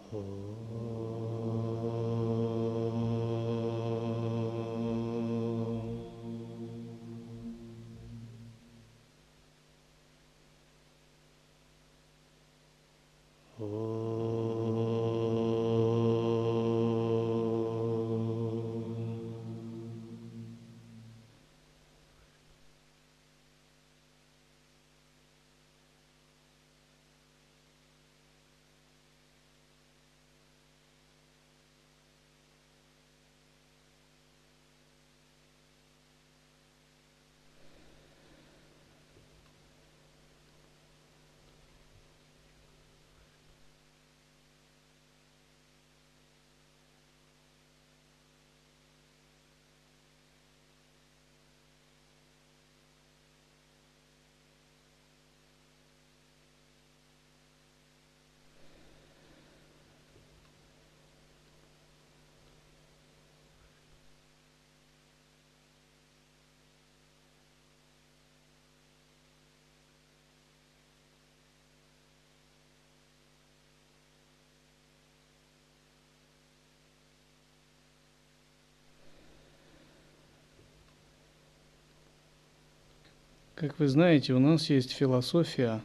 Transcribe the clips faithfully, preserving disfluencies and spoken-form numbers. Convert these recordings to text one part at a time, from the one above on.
Как вы знаете, у нас есть философия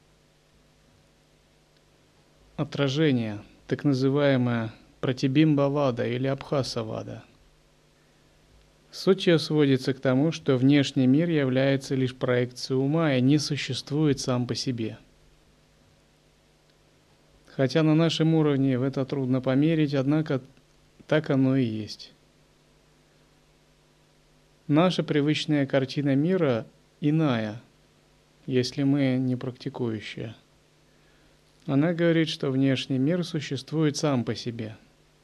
отражения, так называемая пратибимбавада или абхасавада. Суть ее сводится к тому, что внешний мир является лишь проекцией ума и не существует сам по себе. Хотя на нашем уровне в это трудно померить, однако так оно и есть. Наша привычная картина мира иная, если мы не практикующие. Она говорит, что внешний мир существует сам по себе.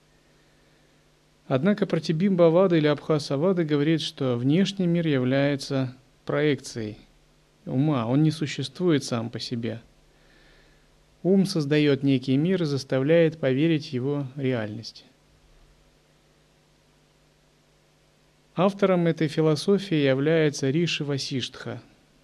Однако пратибимбавада или абхасавада говорит, что внешний мир является проекцией ума, он не существует сам по себе. Ум создает некий мир и заставляет поверить в его реальность. Автором этой философии является Риши Васиштха.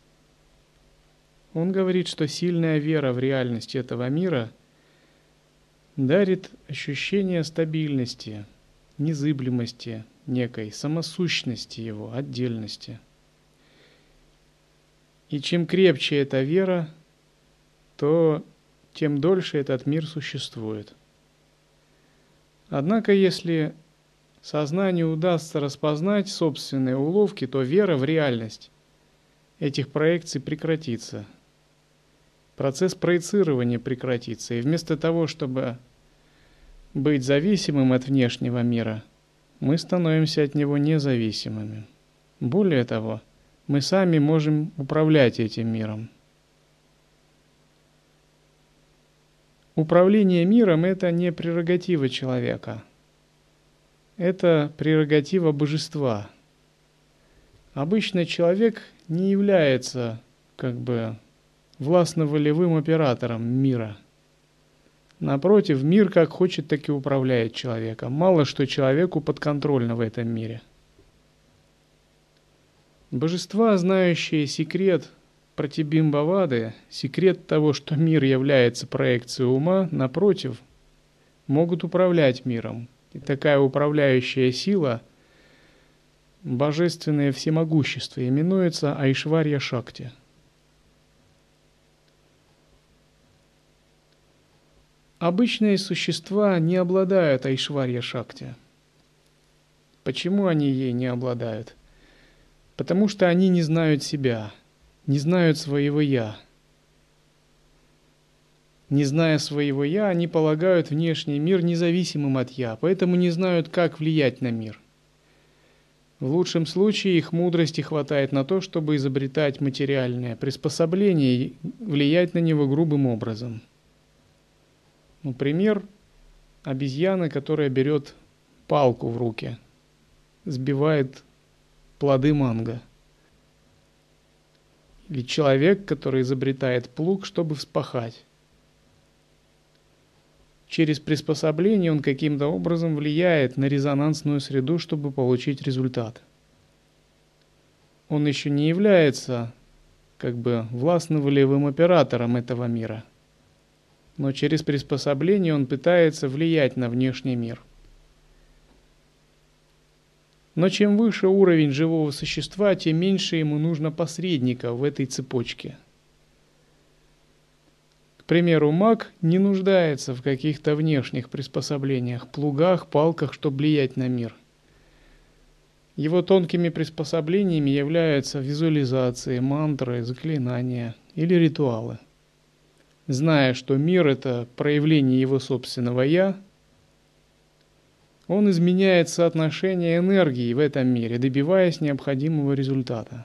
Он говорит, что сильная вера в реальность этого мира дарит ощущение стабильности, незыблемости, некой самосущности его, отдельности. И чем крепче эта вера, то тем дольше этот мир существует. Однако, если сознанию удастся распознать собственные уловки, то вера в реальность этих проекций прекратится. Процесс проецирования прекратится. И вместо того, чтобы быть зависимым от внешнего мира, мы становимся от него независимыми. Более того, мы сами можем управлять этим миром. Управление миром – это не прерогатива человека. Это прерогатива божества. Обычно человек не является как бы властно-волевым оператором мира. Напротив, мир как хочет, так и управляет человеком. Мало что человеку подконтрольно в этом мире. Божества, знающие секрет пратибимбавады, секрет того, что мир является проекцией ума, напротив, могут управлять миром. И такая управляющая сила, божественное всемогущество, именуется Айшварья Шакти. Обычные существа не обладают Айшварья Шакти. Почему они ей не обладают? Потому что они не знают себя, не знают своего «я». Не зная своего «я», они полагают внешний мир независимым от «я», поэтому не знают, как влиять на мир. В лучшем случае их мудрости хватает на то, чтобы изобретать материальное приспособление и влиять на него грубым образом. Например, обезьяна, которая берет палку в руки, сбивает плоды манго. Или человек, который изобретает плуг, чтобы вспахать. Через приспособление он каким-то образом влияет на резонансную среду, чтобы получить результат. Он еще не является как бы властно-волевым оператором этого мира. но через приспособление он пытается влиять на внешний мир. Но чем выше уровень живого существа, тем меньше ему нужно посредников в этой цепочке. К примеру, маг не нуждается в каких-то внешних приспособлениях, плугах, палках, чтобы влиять на мир. Его тонкими приспособлениями являются визуализации, мантры, заклинания или ритуалы. Зная, что мир – это проявление его собственного «я», он изменяет соотношение энергии в этом мире, добиваясь необходимого результата.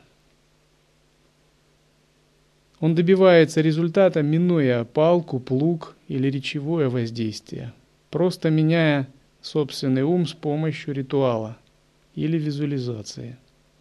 Он добивается результата, минуя палку, плуг или речевое воздействие, просто меняя собственный ум с помощью ритуала или визуализации.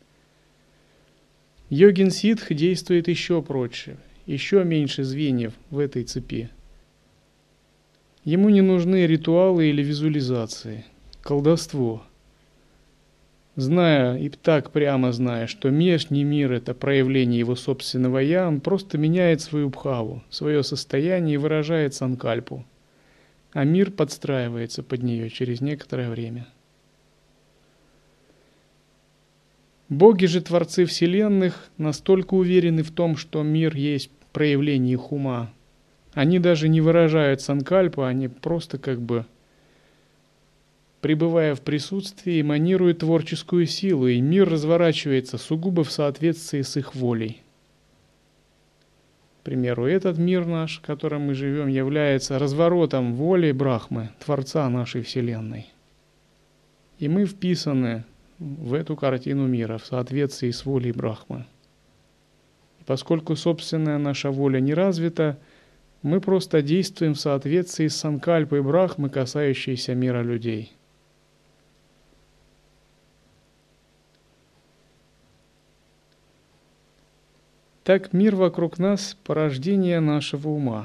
Йогин-ситх действует еще проще, еще меньше звеньев в этой цепи. Ему не нужны ритуалы или визуализации, колдовство. Зная и так прямо зная, что внешний мир – это проявление его собственного «я», он просто меняет свою бхаву, свое состояние и выражает санкальпу, а мир подстраивается под нее через некоторое время. Боги же, творцы вселенных, настолько уверены в том, что мир есть проявление их ума. Они даже не выражают санкальпу, они просто как бы, пребывая в присутствии, эманируют творческую силу, и мир разворачивается сугубо в соответствии с их волей. К примеру, этот мир наш, в котором мы живем, является разворотом воли Брахмы, Творца нашей Вселенной. И мы вписаны в эту картину мира в соответствии с волей Брахмы. И поскольку собственная наша воля не развита, мы просто действуем в соответствии с санкальпой Брахмы, касающейся мира людей. Так мир вокруг нас – порождение нашего ума.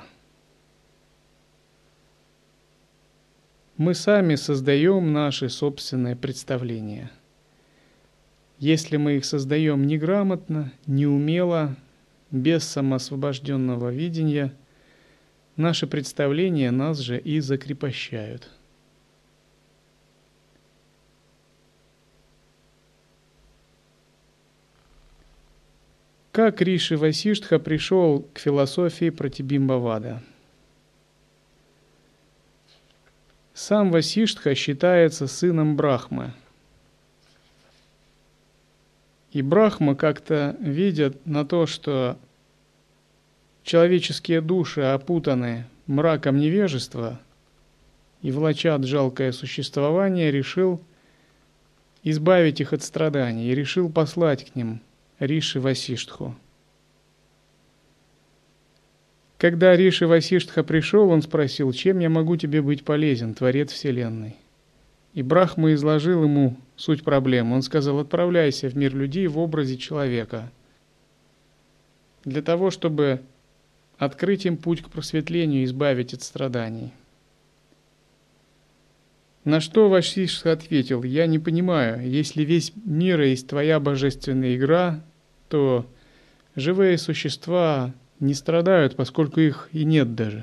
Мы сами создаем наши собственные представления. Если мы их создаем неграмотно, неумело, без самоосвобожденного видения, наши представления нас же и закрепощают. Как Риши Васиштха пришел к философии Пратибимбавада? Сам Васиштха считается сыном Брахмы. И Брахма как-то видят на то, что человеческие души опутаны мраком невежества и влачат жалкое существование, решил избавить их от страданий и решил послать к ним Риши Васиштху. Когда Риши Васиштха пришел, он спросил: «Чем я могу тебе быть полезен, Творец Вселенной?» И Брахма изложил ему суть проблем. Он сказал: «Отправляйся в мир людей в образе человека, для того, чтобы открыть им путь к просветлению и избавить от страданий». На что Васиштха ответил: «Я не понимаю, если весь мир есть твоя божественная игра, то живые существа не страдают, поскольку их и нет даже.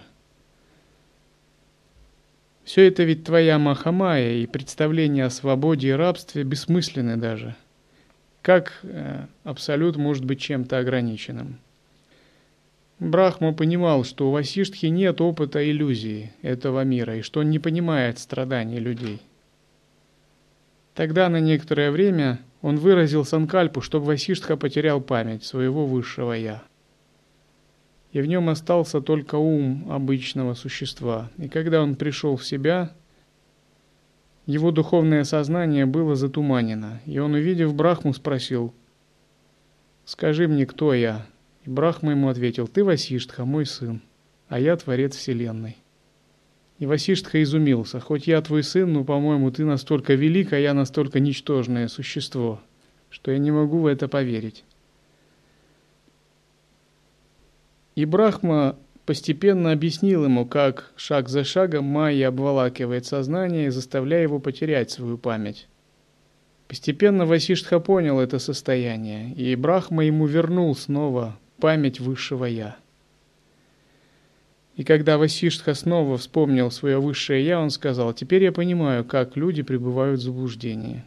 Все это ведь твоя Махамая, и представления о свободе и рабстве бессмысленны даже. Как э, абсолют может быть чем-то ограниченным?» Брахма понимал, что у Васиштхи нет опыта иллюзии этого мира, и что он не понимает страданий людей. Тогда на некоторое время он выразил санкальпу, чтобы Васиштха потерял память своего высшего «я». И в нем остался только ум обычного существа. И когда он пришел в себя, его духовное сознание было затуманено. И он, увидев Брахму, спросил: «Скажи мне, кто я?» И Брахма ему ответил: «Ты Васиштха, мой сын, а я Творец Вселенной». И Васиштха изумился: «Хоть я твой сын, но, по-моему, ты настолько велик, а я настолько ничтожное существо, что я не могу в это поверить». И Брахма постепенно объяснил ему, как шаг за шагом майя обволакивает сознание, заставляя его потерять свою память. Постепенно Васиштха понял это состояние, и Брахма ему вернул снова память высшего «Я». И когда Васиштха снова вспомнил свое высшее «я», он сказал: «Теперь я понимаю, как люди пребывают в заблуждении».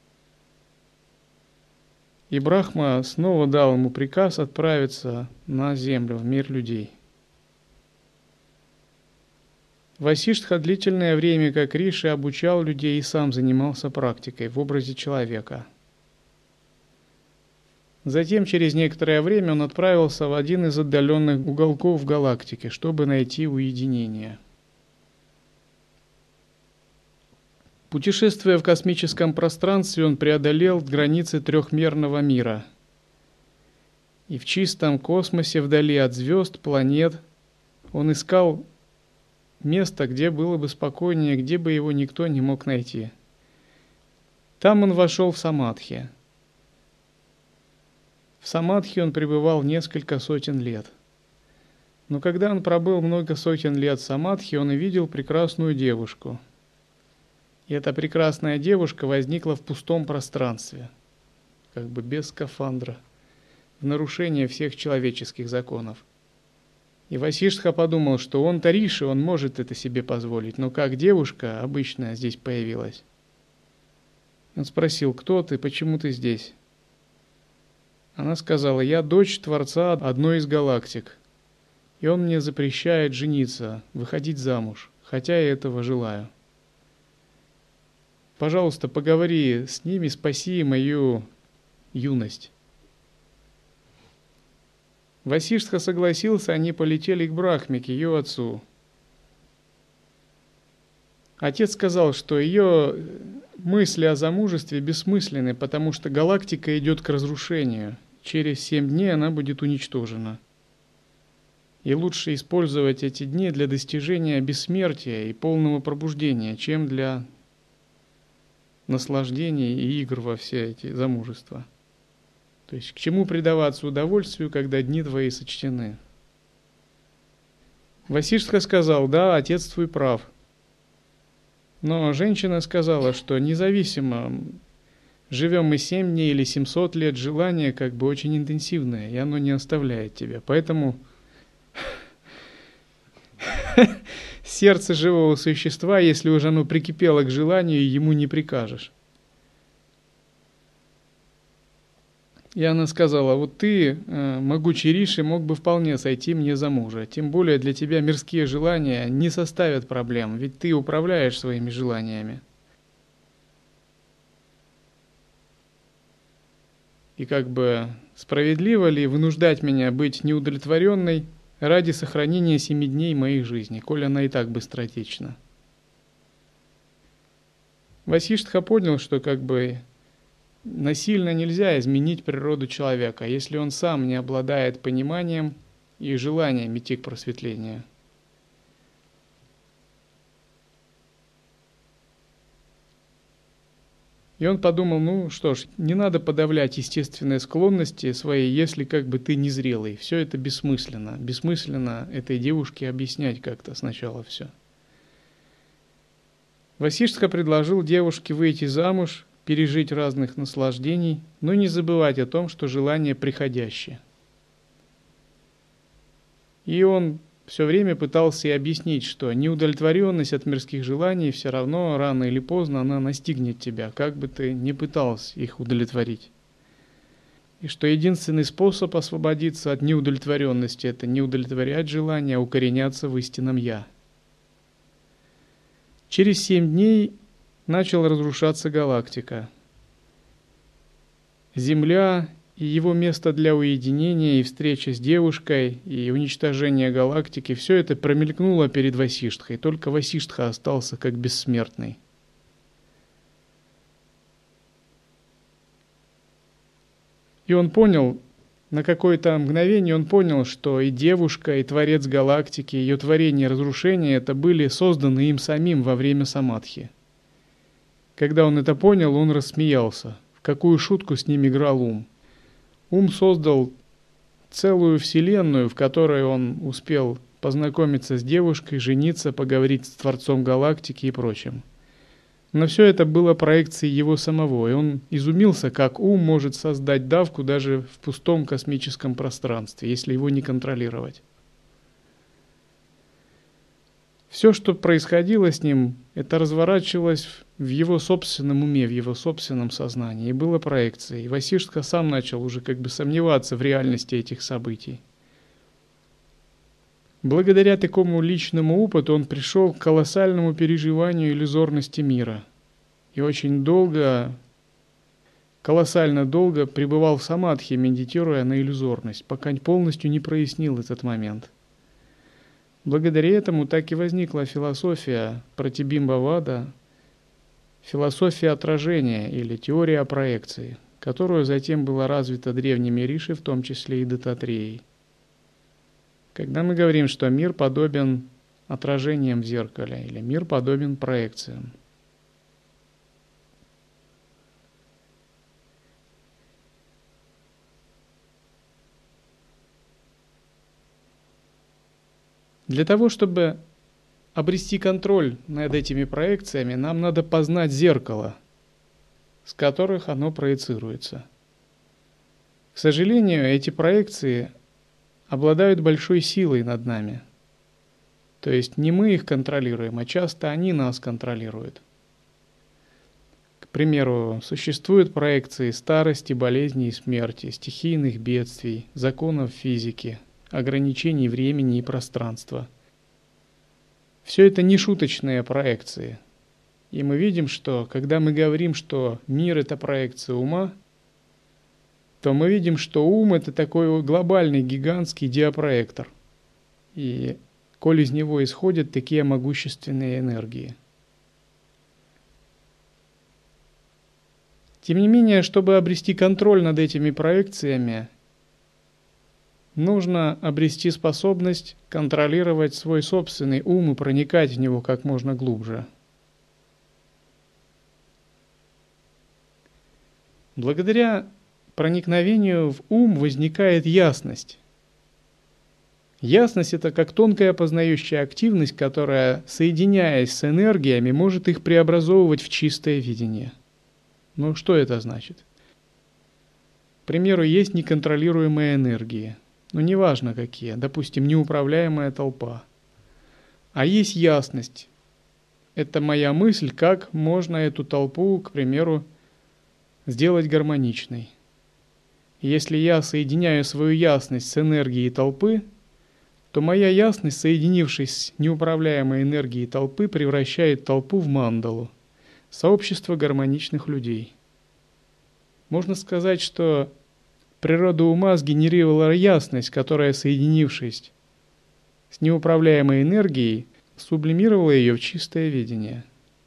И Брахма снова дал ему приказ отправиться на землю, в мир людей. Васиштха длительное время, как Риши, обучал людей и сам занимался практикой в образе человека. Затем, через некоторое время, он отправился в один из отдаленных уголков галактики, чтобы найти уединение. Путешествуя в космическом пространстве, он преодолел границы трехмерного мира. И в чистом космосе, вдали от звезд, планет, он искал место, где было бы спокойнее, где бы его никто не мог найти. Там он вошел в самадхи. В самадхи он пребывал несколько сотен лет. Но когда он пробыл много сотен лет в самадхи, он увидел прекрасную девушку. И эта прекрасная девушка возникла в пустом пространстве, как бы без скафандра, в нарушение всех человеческих законов. И Васиштха подумал, что он-то Риши, он может это себе позволить, но как девушка обычная здесь появилась. Он спросил: «Кто ты, почему ты здесь?» Она сказала: «Я дочь Творца одной из галактик, и он мне запрещает жениться, выходить замуж, хотя я этого желаю. Пожалуйста, поговори с ними, спаси мою юность». Васиштха согласился, они полетели к Брахме, к ее отцу. Отец сказал, что ее мысли о замужестве бессмысленны, потому что галактика идет к разрушению. Через семь дней она будет уничтожена. И лучше использовать эти дни для достижения бессмертия и полного пробуждения, чем для наслаждений и игр во все эти замужества. То есть к чему предаваться удовольствию, когда дни твои сочтены? Васиштха сказал: «Да, отец твой прав». Но женщина сказала, что независимо, живем мы семь дней или семьсот лет, желание как бы очень интенсивное, и оно не оставляет тебя. Поэтому сердце живого существа, если уже оно прикипело к желанию, ему не прикажешь. И она сказала: «Вот ты, могучий Риши, мог бы вполне сойти мне за мужа. Тем более для тебя мирские желания не составят проблем, ведь ты управляешь своими желаниями». И как бы справедливо ли вынуждать меня быть неудовлетворенной ради сохранения семи дней моей жизни, коль она и так быстротечна? Васиштха понял, что как бы насильно нельзя изменить природу человека, если он сам не обладает пониманием и желанием идти к просветлению. И он подумал: ну что ж, не надо подавлять естественные склонности свои, если как бы ты незрелый. Все это бессмысленно. Бессмысленно этой девушке объяснять как-то сначала все. Васиштха предложил девушке выйти замуж, пережить разных наслаждений, но не забывать о том, что желание приходящее. И он все время пытался и объяснить, что неудовлетворенность от мирских желаний все равно рано или поздно она настигнет тебя, как бы ты ни пытался их удовлетворить. И что единственный способ освободиться от неудовлетворенности – это не удовлетворять желания, а укореняться в истинном «Я». Через семь дней начала разрушаться галактика. Земля и его место для уединения, и встреча с девушкой, и уничтожение галактики – все это промелькнуло перед Васиштхой, только Васиштха остался как бессмертный. И он понял, на какое-то мгновение он понял, что и девушка, и творец галактики, ее творение и разрушение – это были созданы им самим во время самадхи. Когда он это понял, он рассмеялся. В какую шутку с ним играл ум. Ум создал целую вселенную, в которой он успел познакомиться с девушкой, жениться, поговорить с Творцом галактики и прочим. Но все это было проекцией его самого, и он изумился, как ум может создать давку даже в пустом космическом пространстве, если его не контролировать. Все, что происходило с ним, это разворачивалось в его собственном уме, в его собственном сознании, и было проекцией. И Васиштха сам начал уже как бы сомневаться в реальности этих событий. Благодаря такому личному опыту он пришел к колоссальному переживанию иллюзорности мира. И очень долго, колоссально долго пребывал в самадхи, медитируя на иллюзорность, пока полностью не прояснил этот момент. Благодаря этому так и возникла философия Пратибимбавада, философия отражения или теория проекции, которую затем была развита древними риши, в том числе и Даттатреей. Когда мы говорим, что мир подобен отражениям в зеркале или мир подобен проекциям. Для того, чтобы обрести контроль над этими проекциями, нам надо познать зеркало, с которых оно проецируется. К сожалению, эти проекции обладают большой силой над нами. То есть не мы их контролируем, а часто они нас контролируют. К примеру, существуют проекции старости, болезней и смерти, стихийных бедствий, законов физики, ограничений времени и пространства. Все это не шуточные проекции. И мы видим, что когда мы говорим, что мир — это проекция ума, то мы видим, что ум — это такой глобальный гигантский диапроектор. И коль из него исходят такие могущественные энергии. Тем не менее, чтобы обрести контроль над этими проекциями, нужно обрести способность контролировать свой собственный ум и проникать в него как можно глубже. Благодаря проникновению в ум возникает ясность. Ясность — это как тонкая познающая активность, которая, соединяясь с энергиями, может их преобразовывать в чистое видение. Ну, что это значит? К примеру, есть неконтролируемые энергии. Ну, неважно какие, допустим, неуправляемая толпа. А есть ясность. Это моя мысль, как можно эту толпу, к примеру, сделать гармоничной. Если я соединяю свою ясность с энергией толпы, то моя ясность, соединившись с неуправляемой энергией толпы, превращает толпу в мандалу, сообщество гармоничных людей. Можно сказать, что природа ума сгенерировала ясность, которая, соединившись с неуправляемой энергией, сублимировала ее в чистое видение.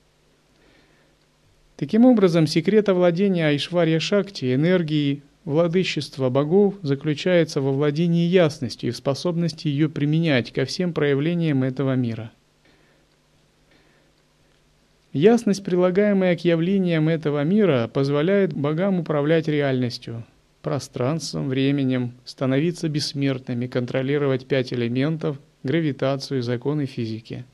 Таким образом, секрет овладения Айшварья-шакти, энергией владычества богов, заключается во владении ясностью и в способности ее применять ко всем проявлениям этого мира. Ясность, прилагаемая к явлениям этого мира, позволяет богам управлять реальностью, пространством, временем, становиться бессмертными, контролировать пять элементов, гравитацию и законы физики.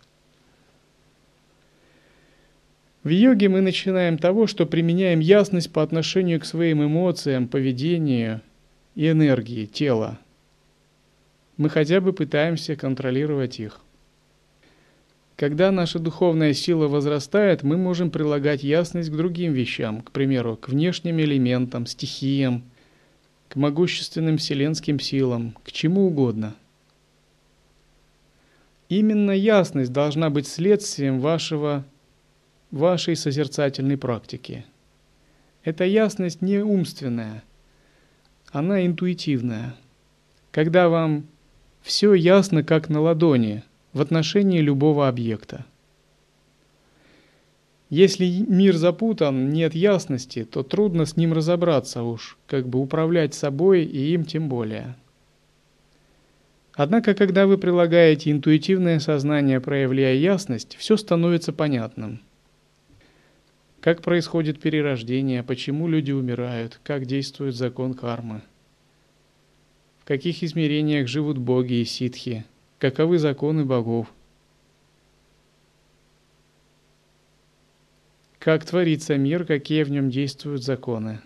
В йоге мы начинаем с того, что применяем ясность по отношению к своим эмоциям, поведению и энергии тела. Мы хотя бы пытаемся контролировать их. Когда наша духовная сила возрастает, мы можем прилагать ясность к другим вещам, к примеру, к внешним элементам, стихиям, к могущественным вселенским силам, к чему угодно. Именно ясность должна быть следствием вашего вашей созерцательной практики. Эта ясность не умственная, она интуитивная. Когда вам все ясно, как на ладони, в отношении любого объекта. Если мир запутан, нет ясности, то трудно с ним разобраться уж, как бы управлять собой и им тем более. Однако, когда вы прилагаете интуитивное сознание, проявляя ясность, все становится понятным. Как происходит перерождение, почему люди умирают, как действует закон кармы, в каких измерениях живут боги и ситхи, каковы законы богов, как творится мир, какие в нем действуют законы.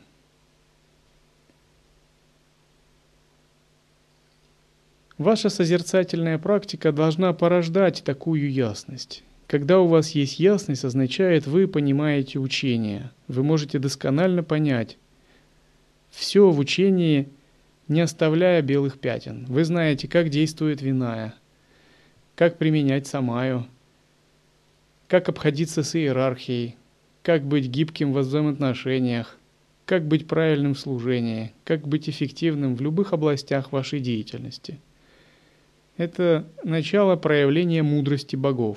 Ваша созерцательная практика должна порождать такую ясность. Когда у вас есть ясность, означает, вы понимаете учение. Вы можете досконально понять все в учении, не оставляя белых пятен. Вы знаете, как действует виная, как применять самаю, как обходиться с иерархией, как быть гибким в взаимоотношениях, как быть правильным в служении, как быть эффективным в любых областях вашей деятельности. Это начало проявления мудрости богов.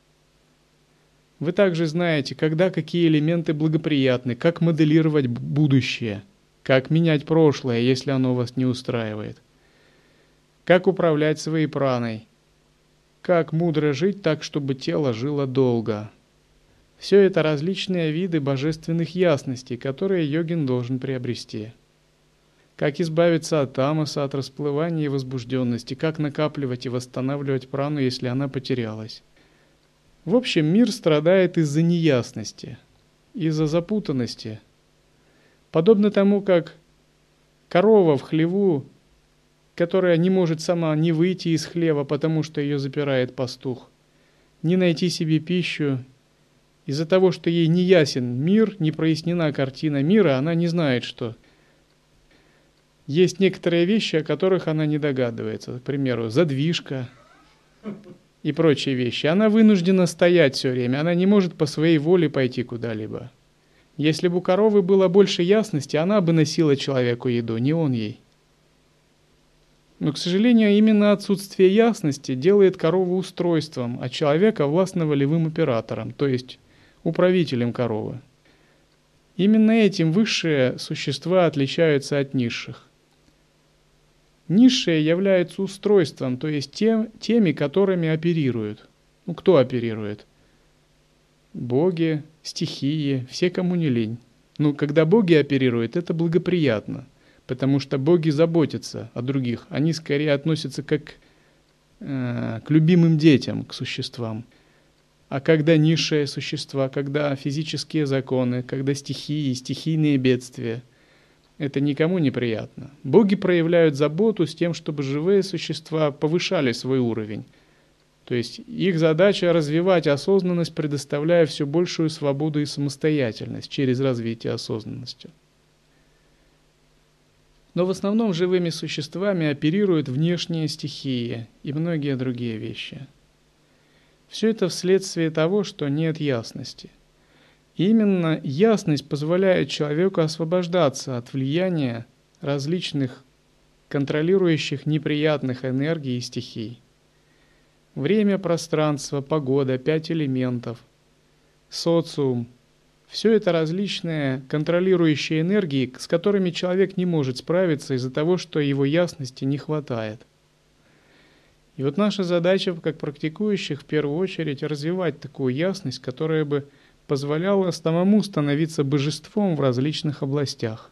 Вы также знаете, когда какие элементы благоприятны, как моделировать будущее, как менять прошлое, если оно вас не устраивает, как управлять своей праной, как мудро жить так, чтобы тело жило долго. Все это различные виды божественных ясностей, которые йогин должен приобрести. Как избавиться от тамаса, от расплывания и возбужденности, как накапливать и восстанавливать прану, если она потерялась. В общем, мир страдает из-за неясности, из-за запутанности. Подобно тому, как корова в хлеву, которая не может сама не выйти из хлева, потому что ее запирает пастух, не найти себе пищу. Из-за того, что ей не ясен мир, не прояснена картина мира, она не знает, что есть некоторые вещи, о которых она не догадывается. К примеру, задвижка и прочие вещи. Она вынуждена стоять все время, она не может по своей воле пойти куда-либо. Если бы у коровы было больше ясности, она бы носила человеку еду, не он ей. Но, к сожалению, именно отсутствие ясности делает корову устройством, а человека властно-волевым оператором, то есть управителем коровы. Именно этим высшие существа отличаются от низших. Низшие являются устройством, то есть тем, теми, которыми оперируют. Ну, кто оперирует? Боги, стихии, все, кому не лень. Ну, когда боги оперируют, это благоприятно, потому что боги заботятся о других. Они скорее относятся как э, к любимым детям, к существам. А когда низшие существа, когда физические законы, когда стихии, стихийные бедствия, это никому не приятно. Боги проявляют заботу с тем, чтобы живые существа повышали свой уровень. То есть их задача развивать осознанность, предоставляя все большую свободу и самостоятельность через развитие осознанности. Но в основном живыми существами оперируют внешние стихии и многие другие вещи. Все это вследствие того, что нет ясности. И именно ясность позволяет человеку освобождаться от влияния различных контролирующих неприятных энергий и стихий. Время, пространство, погода, пять элементов, социум – все это различные контролирующие энергии, с которыми человек не может справиться из-за того, что его ясности не хватает. И вот наша задача, как практикующих, в первую очередь развивать такую ясность, которая бы позволяла самому становиться божеством в различных областях.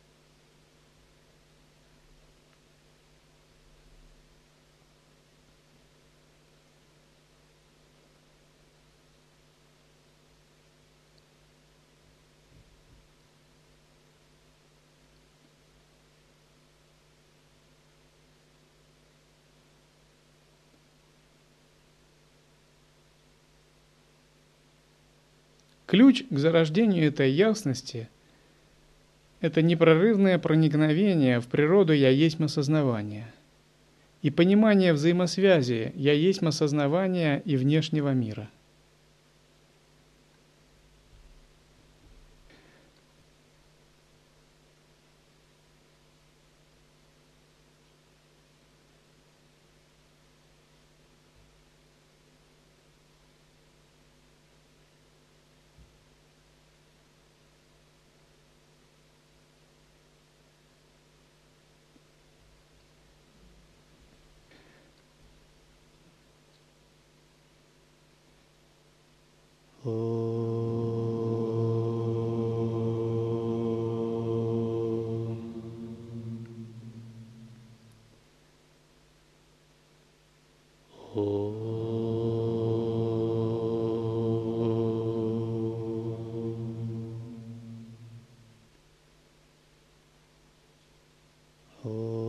Ключ к зарождению этой ясности – это непрерывное проникновение в природу «Я есть осознавание» и понимание взаимосвязи «Я есть осознавание» и внешнего мира. Oh.